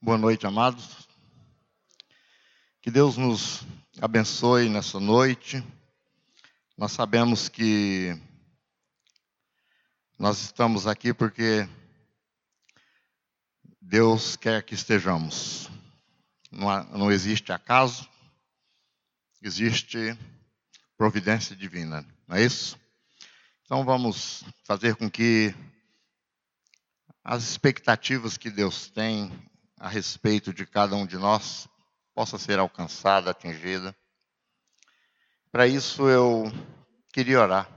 Boa noite, amados. Que Deus nos abençoe nessa noite. Nós sabemos que nós estamos aqui porque Deus quer que estejamos. Não existe acaso, existe providência divina, não é isso? Então vamos fazer com que as expectativas que Deus tem a respeito de cada um de nós possa ser alcançada, atingida. Para isso eu queria orar.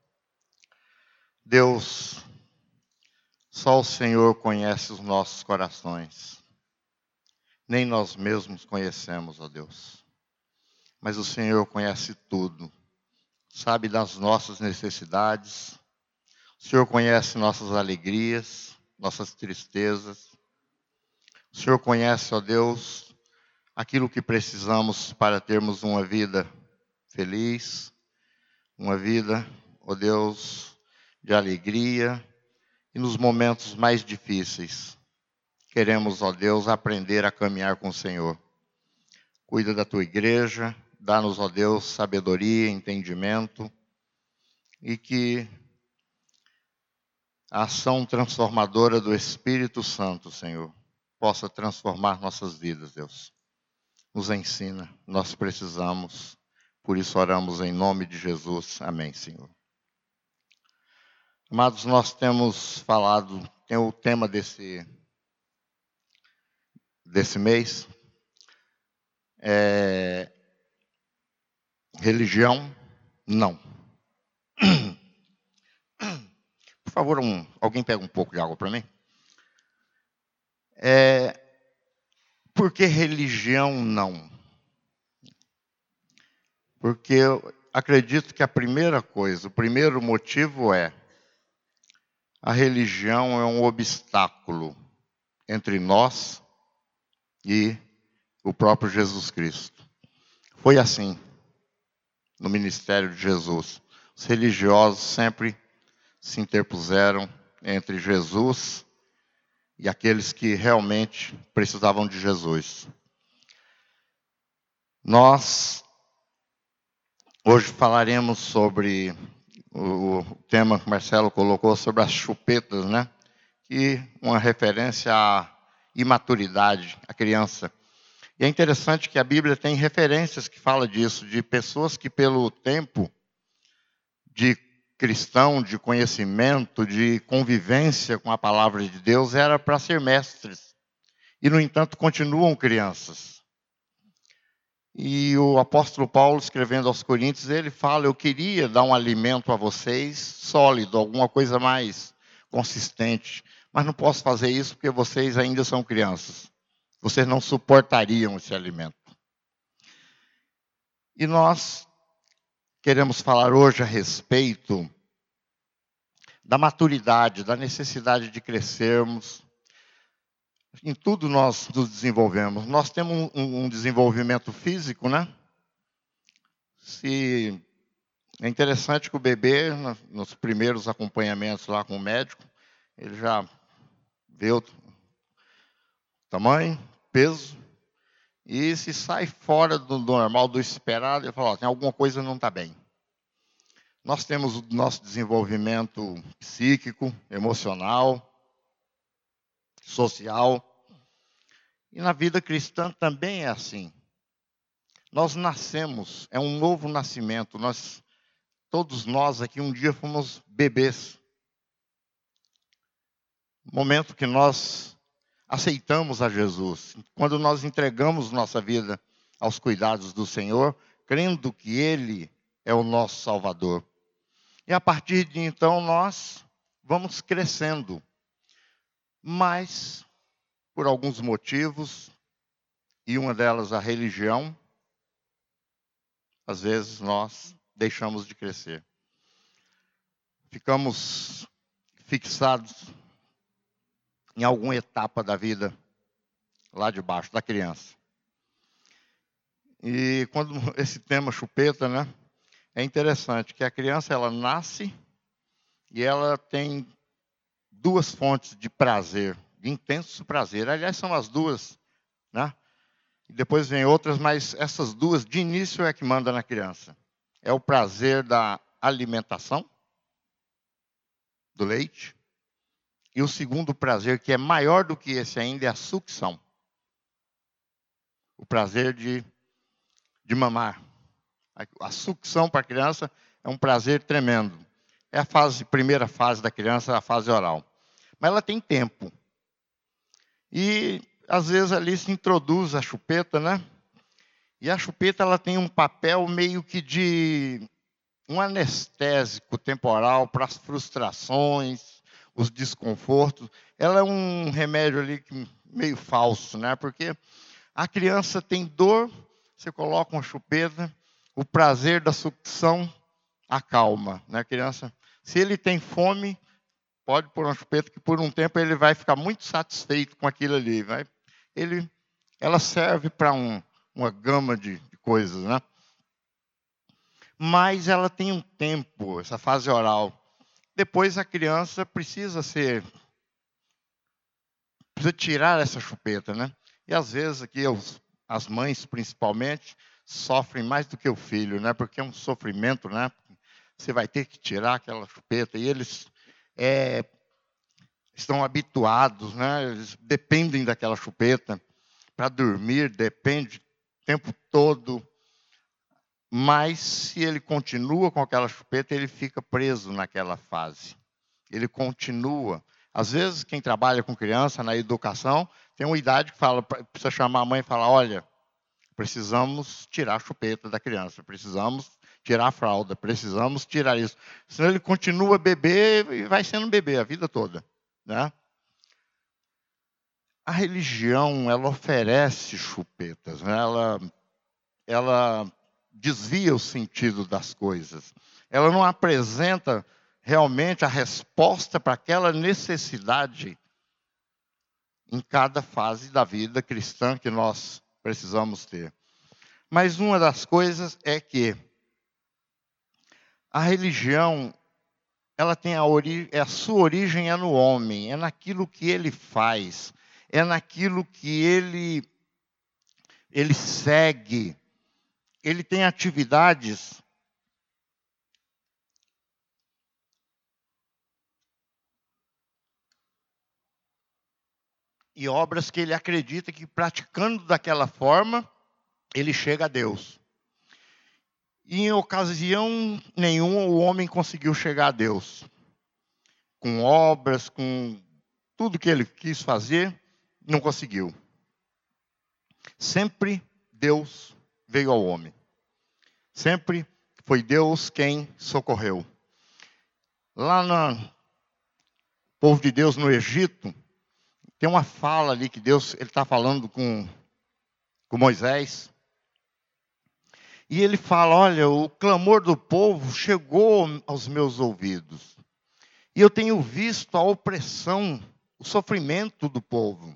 Deus, só o Senhor conhece os nossos corações. Nem nós mesmos conhecemos, ó Deus. Mas o Senhor conhece tudo. Sabe das nossas necessidades. O Senhor conhece nossas alegrias, nossas tristezas. O Senhor conhece, ó Deus, aquilo que precisamos para termos uma vida feliz, uma vida, ó Deus, de alegria e nos momentos mais difíceis. Queremos, ó Deus, aprender a caminhar com o Senhor. Cuida da tua igreja, dá-nos, ó Deus, sabedoria, entendimento e que a ação transformadora do Espírito Santo, Senhor, possa transformar nossas vidas, Deus. Nos ensina, nós precisamos, por isso oramos em nome de Jesus. Amém, Senhor. Amados, nós temos falado, tem o tema desse mês, religião, não. Por favor, alguém pega um pouco de água para mim? Por que religião não? Porque eu acredito que a primeira coisa, o primeiro motivo é a religião é um obstáculo entre nós e o próprio Jesus Cristo. Foi assim no ministério de Jesus. Os religiosos sempre se interpuseram entre Jesus e aqueles que realmente precisavam de Jesus. Nós hoje falaremos sobre o tema que o Marcelo colocou sobre as chupetas, né? E uma referência à imaturidade, à criança. E é interessante que a Bíblia tem referências que falam disso, de pessoas que pelo tempo de cristão, de conhecimento, de convivência com a palavra de Deus, era para ser mestres. E, no entanto, continuam crianças. E o apóstolo Paulo, escrevendo aos Coríntios, ele fala: eu queria dar um alimento a vocês sólido, alguma coisa mais consistente, mas não posso fazer isso porque vocês ainda são crianças. Vocês não suportariam esse alimento. E nós queremos falar hoje a respeito da maturidade, da necessidade de crescermos. Em tudo nós nos desenvolvemos. Nós temos um desenvolvimento físico, né? É interessante que o bebê, nos primeiros acompanhamentos lá com o médico, ele já vê o tamanho, peso, e se sai fora do normal, do esperado, ele fala: ó, tem alguma coisa que não está bem. Nós temos o nosso desenvolvimento psíquico, emocional, social. E na vida cristã também é assim. Nós nascemos, é um novo nascimento. Todos nós aqui um dia fomos bebês. Momento que nós aceitamos a Jesus. Quando nós entregamos nossa vida aos cuidados do Senhor, crendo que Ele é o nosso Salvador. E a partir de então nós vamos crescendo. Mas, por alguns motivos, e uma delas a religião, às vezes nós deixamos de crescer. Ficamos fixados em alguma etapa da vida lá de baixo, da criança. E quando esse tema chupeta, né? É interessante que a criança, ela nasce e ela tem duas fontes de prazer, de intenso prazer. Aliás, são as duas né? E depois vem outras, mas essas duas, de início, é que manda na criança. É o prazer da alimentação, do leite. E o segundo prazer, que é maior do que esse ainda, é a sucção. O prazer de mamar. A sucção para a criança é um prazer tremendo. É a primeira fase da criança, a fase oral. Mas ela tem tempo. E, às vezes, ali se introduz a chupeta, né? E a chupeta, ela tem um papel meio que de um anestésico temporal para as frustrações, os desconfortos. Ela é um remédio ali meio falso, né? Porque a criança tem dor, você coloca uma chupeta, o prazer da sucção acalma, né? A criança, se ele tem fome, pode pôr uma chupeta que por um tempo ele vai ficar muito satisfeito com aquilo ali. Ela serve para uma gama de coisas, né? Mas ela tem um tempo, essa fase oral. Depois a criança precisa tirar essa chupeta, né? E às vezes aqui as mães principalmente sofrem mais do que o filho, né? Porque é um sofrimento, né? Você vai ter que tirar aquela chupeta e eles estão habituados, né? Eles dependem daquela chupeta para dormir, depende o tempo todo. Mas se ele continua com aquela chupeta, ele fica preso naquela fase. Ele continua. Às vezes, quem trabalha com criança na educação, tem uma idade que precisa chamar a mãe e falar, olha, precisamos tirar a chupeta da criança, precisamos tirar a fralda, precisamos tirar isso. Senão ele continua bebê e vai sendo bebê a vida toda, né? A religião, ela oferece chupetas, né? Ela desvia o sentido das coisas. Ela não apresenta realmente a resposta para aquela necessidade em cada fase da vida cristã que nós precisamos ter. Mas uma das coisas é que a religião, ela tem a sua origem é no homem, é naquilo que ele faz, é naquilo que ele segue. Ele tem atividades e obras que ele acredita que praticando daquela forma, ele chega a Deus. E em ocasião nenhuma o homem conseguiu chegar a Deus. Com obras, com tudo que ele quis fazer, não conseguiu. Sempre Deus veio ao homem. Sempre foi Deus quem socorreu. Lá no povo de Deus no Egito, tem uma fala ali que Deus está falando com Moisés. E ele fala, olha, o clamor do povo chegou aos meus ouvidos. E eu tenho visto a opressão, o sofrimento do povo.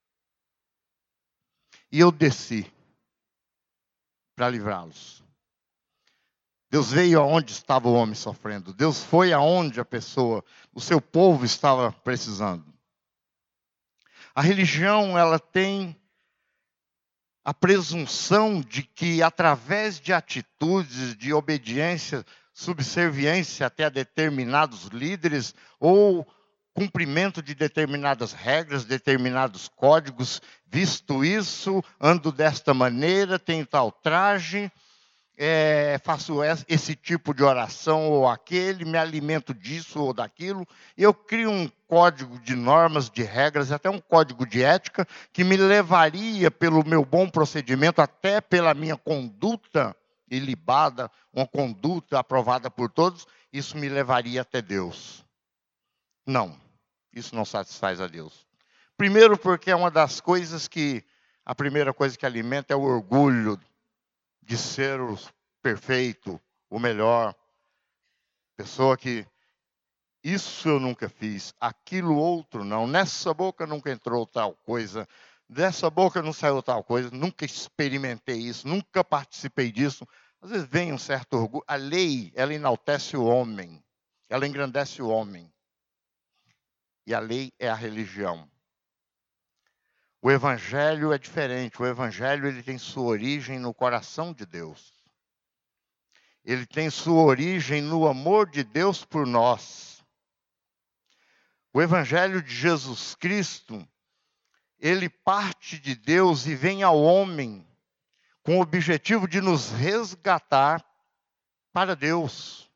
E eu desci para livrá-los. Deus veio aonde estava o homem sofrendo. Deus foi aonde o seu povo estava precisando. A religião, ela tem a presunção de que através de atitudes de obediência, subserviência até a determinados líderes ou cumprimento de determinadas regras, determinados códigos, visto isso, ando desta maneira, tenho tal traje, faço esse tipo de oração ou aquele, me alimento disso ou daquilo, e eu crio um código de normas, de regras, até um código de ética, que me levaria pelo meu bom procedimento, até pela minha conduta ilibada, uma conduta aprovada por todos, isso me levaria até Deus. Não, isso não satisfaz a Deus. Primeiro porque é uma das coisas a primeira coisa que alimenta é o orgulho de ser o perfeito, o melhor. Pessoa que, isso eu nunca fiz, aquilo outro não, nessa boca nunca entrou tal coisa, dessa boca não saiu tal coisa, nunca experimentei isso, nunca participei disso. Às vezes vem um certo orgulho. A lei, ela enaltece o homem, ela engrandece o homem. E a lei é a religião. O Evangelho é diferente. O Evangelho ele tem sua origem no coração de Deus. Ele tem sua origem no amor de Deus por nós. O Evangelho de Jesus Cristo, ele parte de Deus e vem ao homem com o objetivo de nos resgatar para Deus.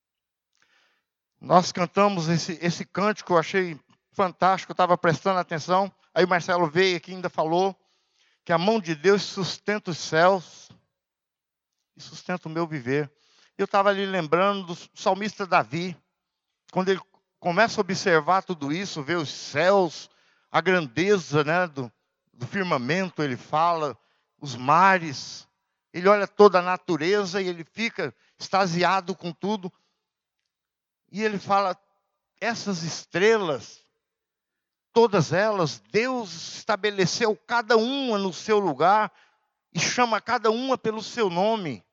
Nós cantamos esse cântico, eu achei fantástico, eu estava prestando atenção. Aí o Marcelo veio aqui e ainda falou que a mão de Deus sustenta os céus e sustenta o meu viver. Eu estava ali lembrando do salmista Davi, quando ele começa a observar tudo isso, vê os céus, a grandeza, né, do firmamento, ele fala, os mares, ele olha toda a natureza e ele fica extasiado com tudo. E ele fala, essas estrelas, todas elas, Deus estabeleceu cada uma no seu lugar e chama cada uma pelo seu nome.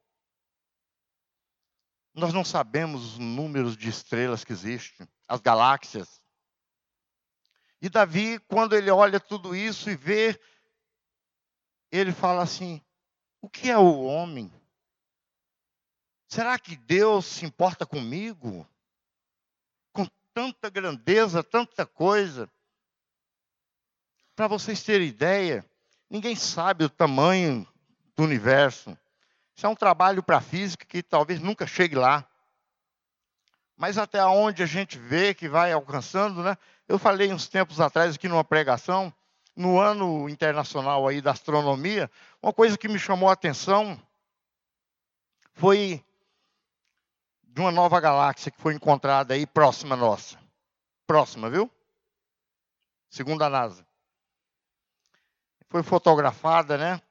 Nós não sabemos os números de estrelas que existem, as galáxias. E Davi, quando ele olha tudo isso e vê, ele fala assim, o que é o homem? Será que Deus se importa comigo? Com tanta grandeza, tanta coisa. Para vocês terem ideia, ninguém sabe o tamanho do universo. Isso é um trabalho para a física que talvez nunca chegue lá. Mas até onde a gente vê que vai alcançando, né? Eu falei uns tempos atrás aqui numa pregação, no ano internacional aí da astronomia, uma coisa que me chamou a atenção foi de uma nova galáxia que foi encontrada aí próxima nossa. Próxima, viu? Segundo a NASA. Foi fotografada, né?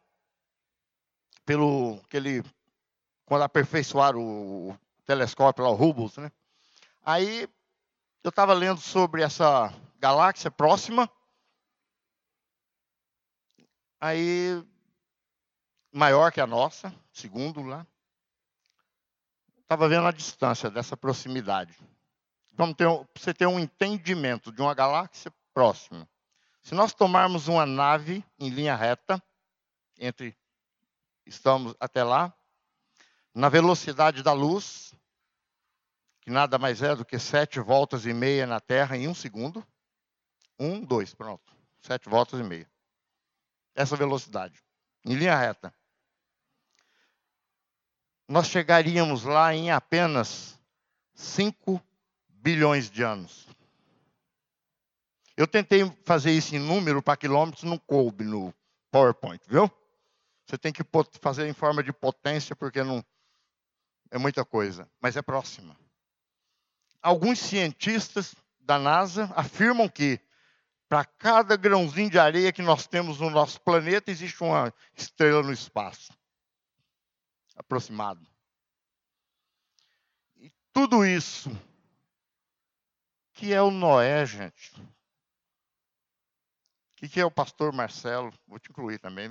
Quando aperfeiçoaram o telescópio lá, o Hubble, né? Aí eu estava lendo sobre essa galáxia próxima, aí maior que a nossa, segundo lá. Estava vendo a distância dessa proximidade. Para você ter um entendimento de uma galáxia próxima. Se nós tomarmos uma nave em linha reta, estamos até lá, na velocidade da luz, que nada mais é do que 7 voltas e meia na Terra em 1 segundo. 1, 2, pronto. 7 voltas e meia. Essa velocidade, em linha reta. Nós chegaríamos lá em apenas 5 bilhões de anos. Eu tentei fazer isso em número para quilômetros, não coube no PowerPoint, viu? Você tem que fazer em forma de potência, porque não é muita coisa, mas é próxima. Alguns cientistas da NASA afirmam que para cada grãozinho de areia que nós temos no nosso planeta, existe uma estrela no espaço. Aproximado. E tudo isso, que é o Noé, gente. O que é o pastor Marcelo? Vou te incluir também.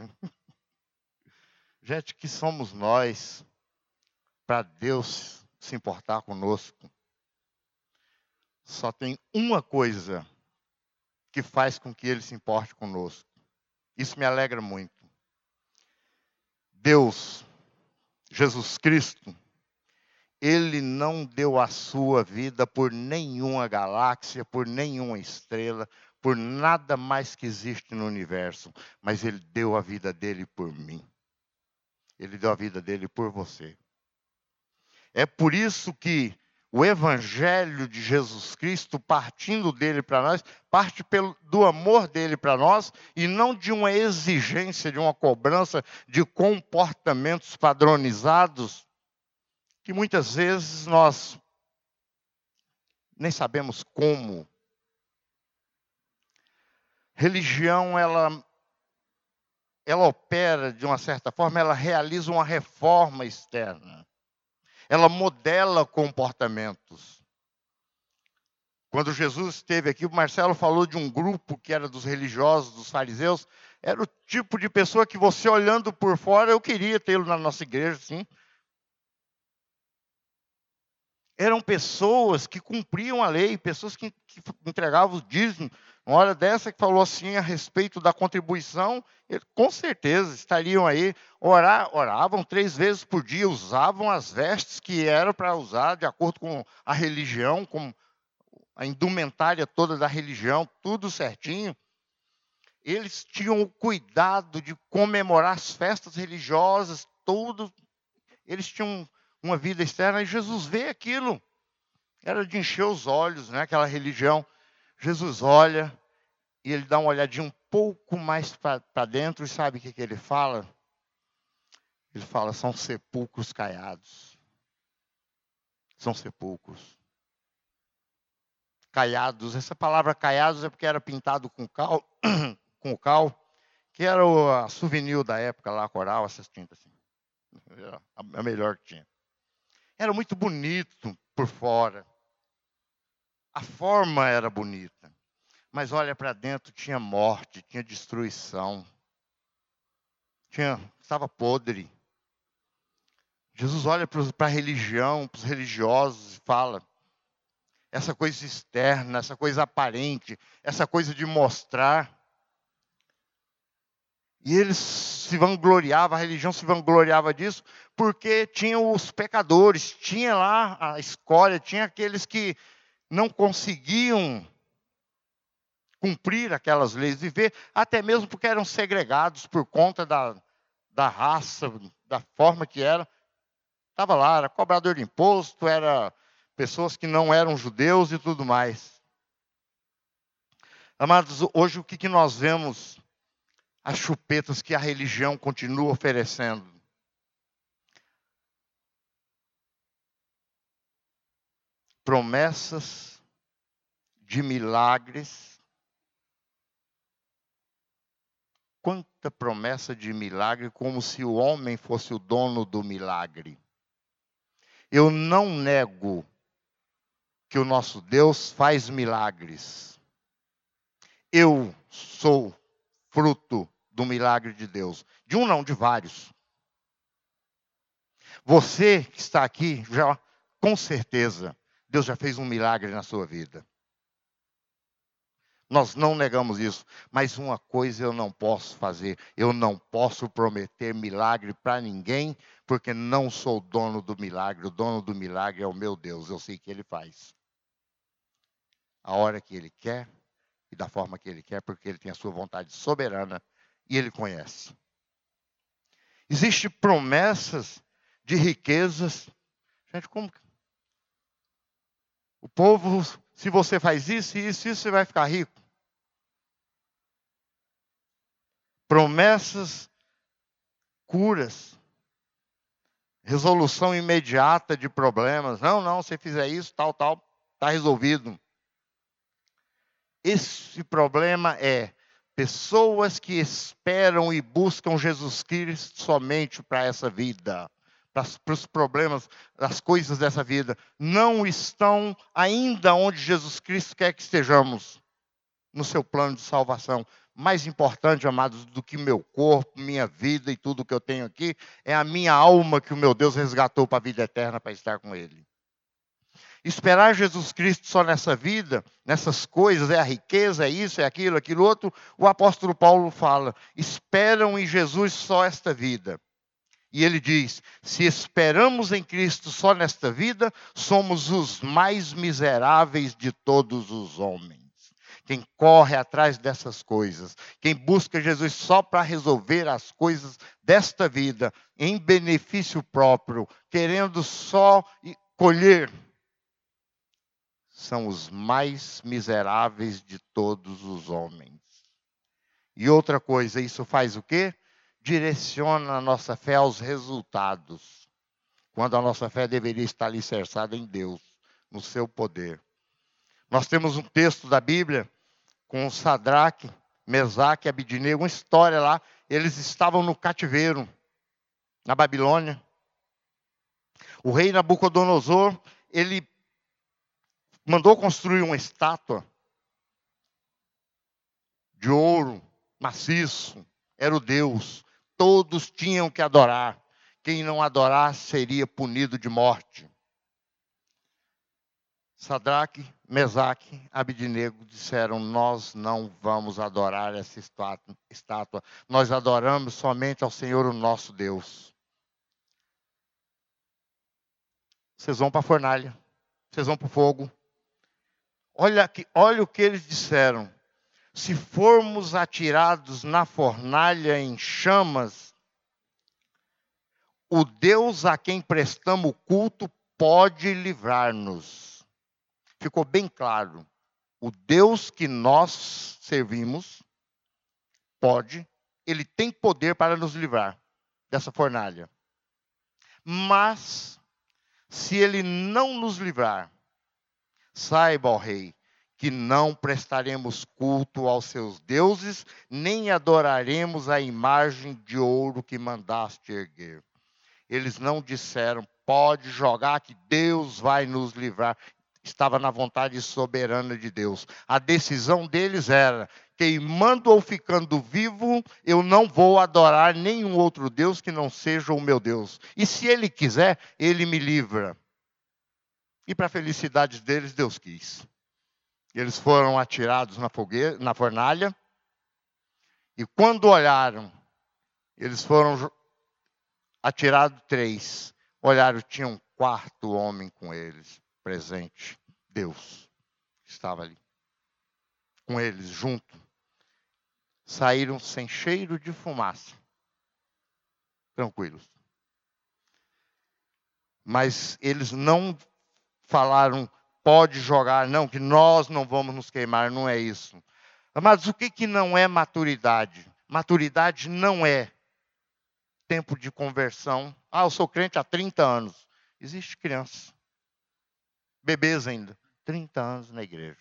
Gente, que somos nós para Deus se importar conosco? Só tem uma coisa que faz com que Ele se importe conosco. Isso me alegra muito. Deus, Jesus Cristo, Ele não deu a sua vida por nenhuma galáxia, por nenhuma estrela, por nada mais que existe no universo, mas Ele deu a vida dele por mim. Ele deu a vida dele por você. É por isso que o Evangelho de Jesus Cristo, partindo dele para nós, parte do amor dele para nós, e não de uma exigência, de uma cobrança de comportamentos padronizados, que muitas vezes nós nem sabemos como. Religião, ela opera de uma certa forma, ela realiza uma reforma externa. Ela modela comportamentos. Quando Jesus esteve aqui, o Marcelo falou de um grupo que era dos religiosos, dos fariseus. Era o tipo de pessoa que você olhando por fora, eu queria tê-lo na nossa igreja, sim. Eram pessoas que cumpriam a lei, pessoas que entregavam os dízimos. Uma hora dessa que falou assim a respeito da contribuição, com certeza estariam aí, oravam 3 vezes por dia, usavam as vestes que eram para usar de acordo com a religião, com a indumentária toda da religião, tudo certinho. Eles tinham o cuidado de comemorar as festas religiosas, tudo. Eles tinham uma vida externa, e Jesus vê aquilo. Era de encher os olhos, né? Aquela religião. Jesus olha e ele dá uma olhadinha um pouco mais para dentro e sabe o que ele fala? Ele fala, são sepulcros caiados. São sepulcros. Caiados, essa palavra caiados é porque era pintado com cal, com cal, que era a souvenir da época lá, coral, essas tintas assim. Era a melhor que tinha. Era muito bonito por fora. A forma era bonita. Mas olha para dentro, tinha morte, tinha destruição. Estava podre. Jesus olha para a religião, para os religiosos e fala, essa coisa externa, essa coisa aparente, essa coisa de mostrar. E eles se vangloriavam, a religião se vangloriava disso, porque tinha os pecadores, tinha lá a escória, tinha aqueles que não conseguiam cumprir aquelas leis, viver, até mesmo porque eram segregados por conta da raça, da forma que era. Estava lá, era cobrador de imposto, era pessoas que não eram judeus e tudo mais. Amados, hoje o que nós vemos? As chupetas que a religião continua oferecendo. Promessas de milagres. Quanta promessa de milagre, como se o homem fosse o dono do milagre. Eu não nego que o nosso Deus faz milagres. Eu sou fruto do milagre de Deus. De um não, de vários. Você que está aqui, já com certeza, Deus já fez um milagre na sua vida. Nós não negamos isso, mas uma coisa eu não posso fazer, eu não posso prometer milagre para ninguém, porque não sou dono do milagre, o dono do milagre é o meu Deus, eu sei que Ele faz. A hora que Ele quer e da forma que Ele quer, porque Ele tem a sua vontade soberana e Ele conhece. Existem promessas de riquezas. Gente, como o povo, se você faz isso, você vai ficar rico. Promessas, curas, resolução imediata de problemas. Não, se fizer isso, tal, está resolvido. Esse problema é pessoas que esperam e buscam Jesus Cristo somente para essa vida, para os problemas, as coisas dessa vida, não estão ainda onde Jesus Cristo quer que estejamos, no seu plano de salvação. Mais importante, amados, do que meu corpo, minha vida e tudo que eu tenho aqui, é a minha alma que o meu Deus resgatou para a vida eterna, para estar com Ele. Esperar Jesus Cristo só nessa vida, nessas coisas, é a riqueza, é isso, é aquilo, aquilo outro, o apóstolo Paulo fala, esperam em Jesus só esta vida. E ele diz, se esperamos em Cristo só nesta vida, somos os mais miseráveis de todos os homens. Quem corre atrás dessas coisas, quem busca Jesus só para resolver as coisas desta vida, em benefício próprio, querendo só colher, são os mais miseráveis de todos os homens. E outra coisa, isso faz o quê? Direciona a nossa fé aos resultados, quando a nossa fé deveria estar alicerçada em Deus, no seu poder. Nós temos um texto da Bíblia com Sadraque, Mesaque e Abidnego, uma história lá. Eles estavam no cativeiro, na Babilônia. O rei Nabucodonosor, ele mandou construir uma estátua de ouro maciço. Era o Deus. Todos tinham que adorar. Quem não adorasse seria punido de morte. Sadraque, Mesaque, Abidnego disseram: nós não vamos adorar essa estátua. Nós adoramos somente ao Senhor, o nosso Deus. Vocês vão para a fornalha. Vocês vão para o fogo. Olha o que eles disseram. Se formos atirados na fornalha em chamas, o Deus a quem prestamos culto pode livrar-nos. Ficou bem claro. O Deus que nós servimos ele tem poder para nos livrar dessa fornalha. Mas, se ele não nos livrar, saiba, ó rei, que não prestaremos culto aos seus deuses, nem adoraremos a imagem de ouro que mandaste erguer. Eles não disseram: pode jogar que Deus vai nos livrar. Estava na vontade soberana de Deus. A decisão deles era: queimando ou ficando vivo, eu não vou adorar nenhum outro Deus que não seja o meu Deus. E se Ele quiser, Ele me livra. E para a felicidade deles, Deus quis. Eles foram atirados na fornalha. E quando olharam, eles foram atirados 3. Olharam, tinha um 4º homem com eles, presente. Deus estava ali, com eles, junto. Saíram sem cheiro de fumaça. Tranquilos. Mas eles não falaram: pode jogar, não, que nós não vamos nos queimar, não é isso. Amados, o que não é maturidade? Maturidade não é tempo de conversão. Eu sou crente há 30 anos. Existe criança, bebês ainda, 30 anos na igreja.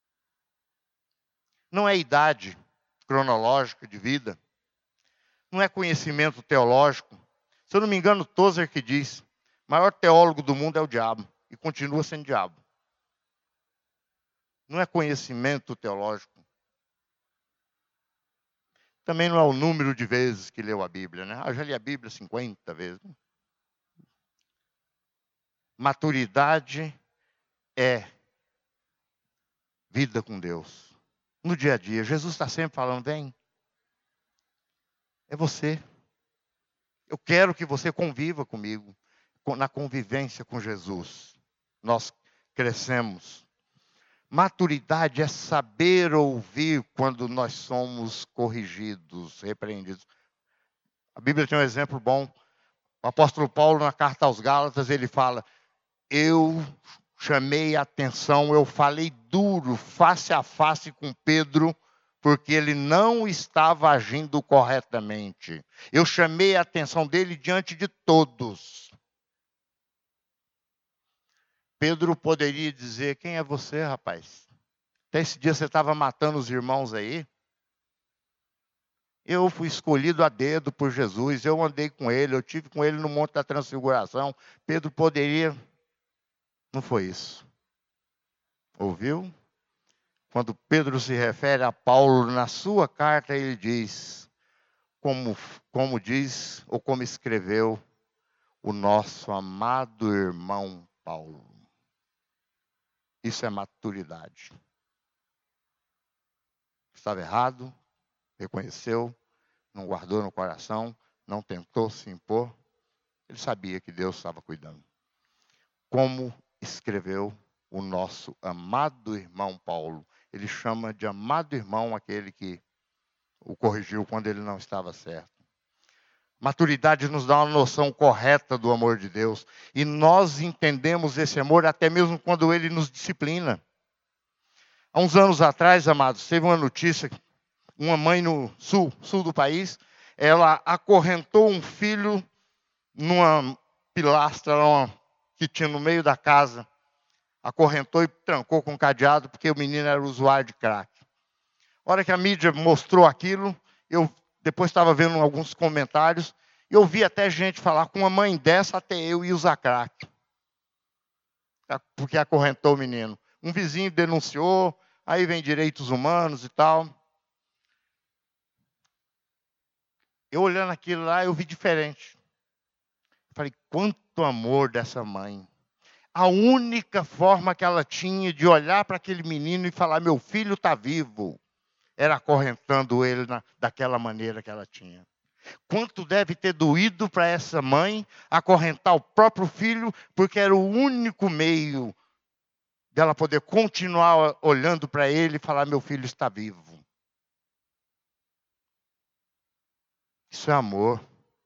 Não é idade cronológica de vida. Não é conhecimento teológico. Se eu não me engano, Tozer que diz: o maior teólogo do mundo é o diabo. E continua sendo diabo. Não é conhecimento teológico. Também não é o número de vezes que leu a Bíblia, né? Eu já li a Bíblia 50 vezes. Maturidade é vida com Deus. No dia a dia, Jesus está sempre falando: vem. É você. Eu quero que você conviva comigo, na convivência com Jesus. Nós crescemos. Maturidade é saber ouvir quando nós somos corrigidos, repreendidos. A Bíblia tem um exemplo bom. O apóstolo Paulo, na carta aos Gálatas, ele fala: eu chamei a atenção, eu falei duro, face a face com Pedro, porque ele não estava agindo corretamente. Eu chamei a atenção dele diante de todos. Pedro poderia dizer: quem é você, rapaz? Até esse dia você estava matando os irmãos aí? Eu fui escolhido a dedo por Jesus, eu andei com ele, eu tive com ele no Monte da Transfiguração. Pedro poderia... Não foi isso. Ouviu? Quando Pedro se refere a Paulo, na sua carta, ele diz, como diz, ou como escreveu, o nosso amado irmão Paulo. Isso é maturidade. Estava errado, reconheceu, não guardou no coração, não tentou se impor. Ele sabia que Deus estava cuidando. Como escreveu o nosso amado irmão Paulo. Ele chama de amado irmão aquele que o corrigiu quando ele não estava certo. Maturidade nos dá uma noção correta do amor de Deus. E nós entendemos esse amor até mesmo quando ele nos disciplina. Há uns anos atrás, amados, teve uma notícia, uma mãe no sul do país, ela acorrentou um filho numa pilastra que tinha no meio da casa. Acorrentou e trancou com cadeado, porque o menino era usuário de crack. A hora que a mídia mostrou aquilo, eu depois estava vendo alguns comentários, e eu vi até gente falar: com uma mãe dessa, até eu ia usar crack. Porque acorrentou o menino. Um vizinho denunciou, aí vem direitos humanos e tal. Eu olhando aquilo lá, eu vi diferente. Falei: quanto amor dessa mãe. A única forma que ela tinha de olhar para aquele menino e falar: meu filho está vivo, era acorrentando ele daquela maneira que ela tinha. Quanto deve ter doído para essa mãe acorrentar o próprio filho, porque era o único meio dela poder continuar olhando para ele e falar: meu filho está vivo. Isso é amor.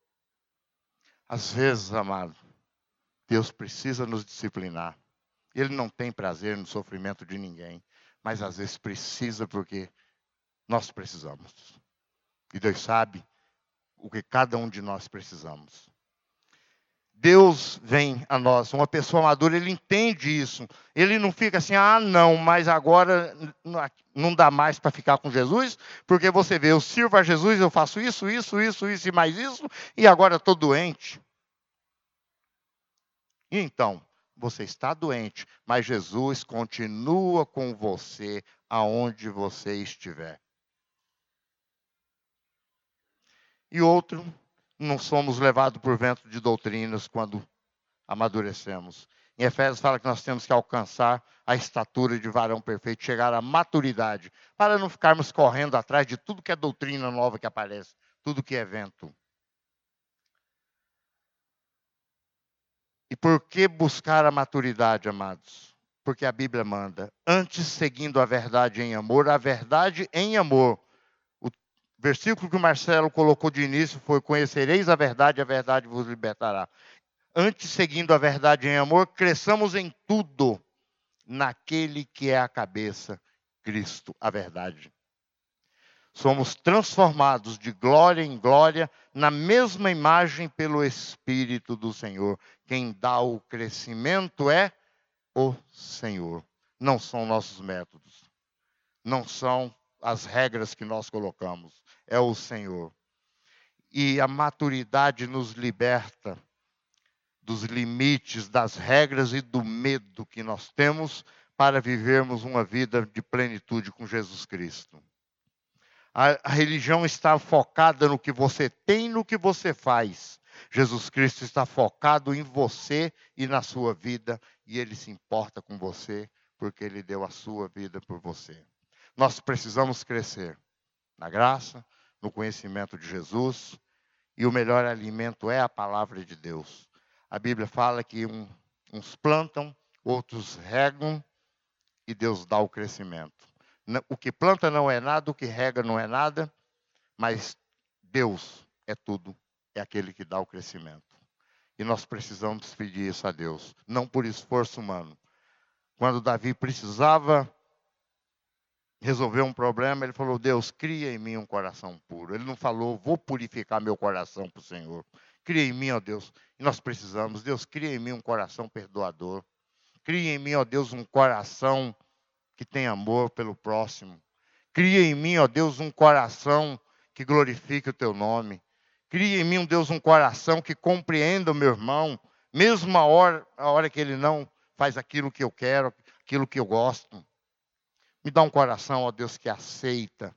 Às vezes, amado, Deus precisa nos disciplinar. Ele não tem prazer no sofrimento de ninguém, mas às vezes precisa porque nós precisamos. E Deus sabe o que cada um de nós precisamos. Deus vem a nós. Uma pessoa madura, ele entende isso. Ele não fica assim: ah, não, mas agora não dá mais para ficar com Jesus, porque você vê, eu sirvo a Jesus, eu faço isso e mais isso, e agora estou doente. E então, você está doente, mas Jesus continua com você aonde você estiver. E outro, não somos levados por vento de doutrinas quando amadurecemos. Em Efésios fala que nós temos que alcançar a estatura de varão perfeito, chegar à maturidade, para não ficarmos correndo atrás de tudo que é doutrina nova que aparece, tudo que é vento. E por que buscar a maturidade, amados? Porque a Bíblia manda, antes seguindo a verdade em amor, a verdade em amor. O versículo que o Marcelo colocou de início foi: conhecereis a verdade vos libertará. Antes, seguindo a verdade em amor, cresçamos em tudo naquele que é a cabeça, Cristo, a verdade. Somos transformados de glória em glória na mesma imagem pelo Espírito do Senhor. Quem dá o crescimento é o Senhor. Não são nossos métodos. Não são as regras que nós colocamos. É o Senhor. E a maturidade nos liberta dos limites, das regras e do medo que nós temos para vivermos uma vida de plenitude com Jesus Cristo. A religião está focada no que você tem e no que você faz. Jesus Cristo está focado em você e na sua vida, e Ele se importa com você, porque Ele deu a sua vida por você. Nós precisamos crescer na graça, no conhecimento de Jesus, e o melhor alimento é a palavra de Deus. A Bíblia fala que uns plantam, outros regam, e Deus dá o crescimento. O que planta não é nada, o que rega não é nada, mas Deus é tudo, é aquele que dá o crescimento. E nós precisamos pedir isso a Deus, não por esforço humano. Quando Davi precisava resolver um problema, ele falou: Deus, cria em mim um coração puro. Ele não falou: vou purificar meu coração para o Senhor. Cria em mim, ó Deus. E nós precisamos. Deus, cria em mim um coração perdoador. Cria em mim, ó Deus, um coração que tem amor pelo próximo. Cria em mim, ó Deus, um coração que glorifique o teu nome. Cria em mim, Deus, um coração que compreenda o meu irmão, mesmo a hora que ele não faz aquilo que eu quero, aquilo que eu gosto. Me dá um coração, ó Deus, que aceita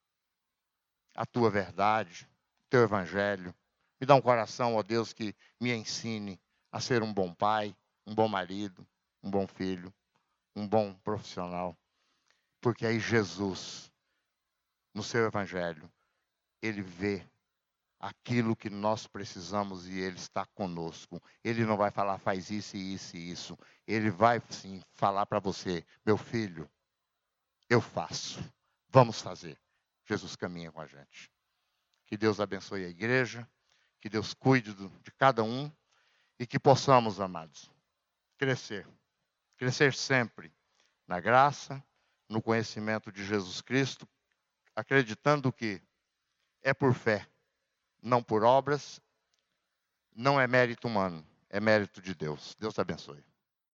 a tua verdade, o teu evangelho. Me dá um coração, ó Deus, que me ensine a ser um bom pai, um bom marido, um bom filho, um bom profissional. Porque aí Jesus, no seu evangelho, ele vê aquilo que nós precisamos e ele está conosco. Ele não vai falar: faz isso e isso e isso. Ele vai sim falar para você: meu filho, eu faço. Vamos fazer. Jesus caminha com a gente. Que Deus abençoe a igreja. Que Deus cuide de cada um. E que possamos, amados, crescer. Crescer sempre na graça, no conhecimento de Jesus Cristo, acreditando que é por fé, não por obras, não é mérito humano, é mérito de Deus. Deus te abençoe.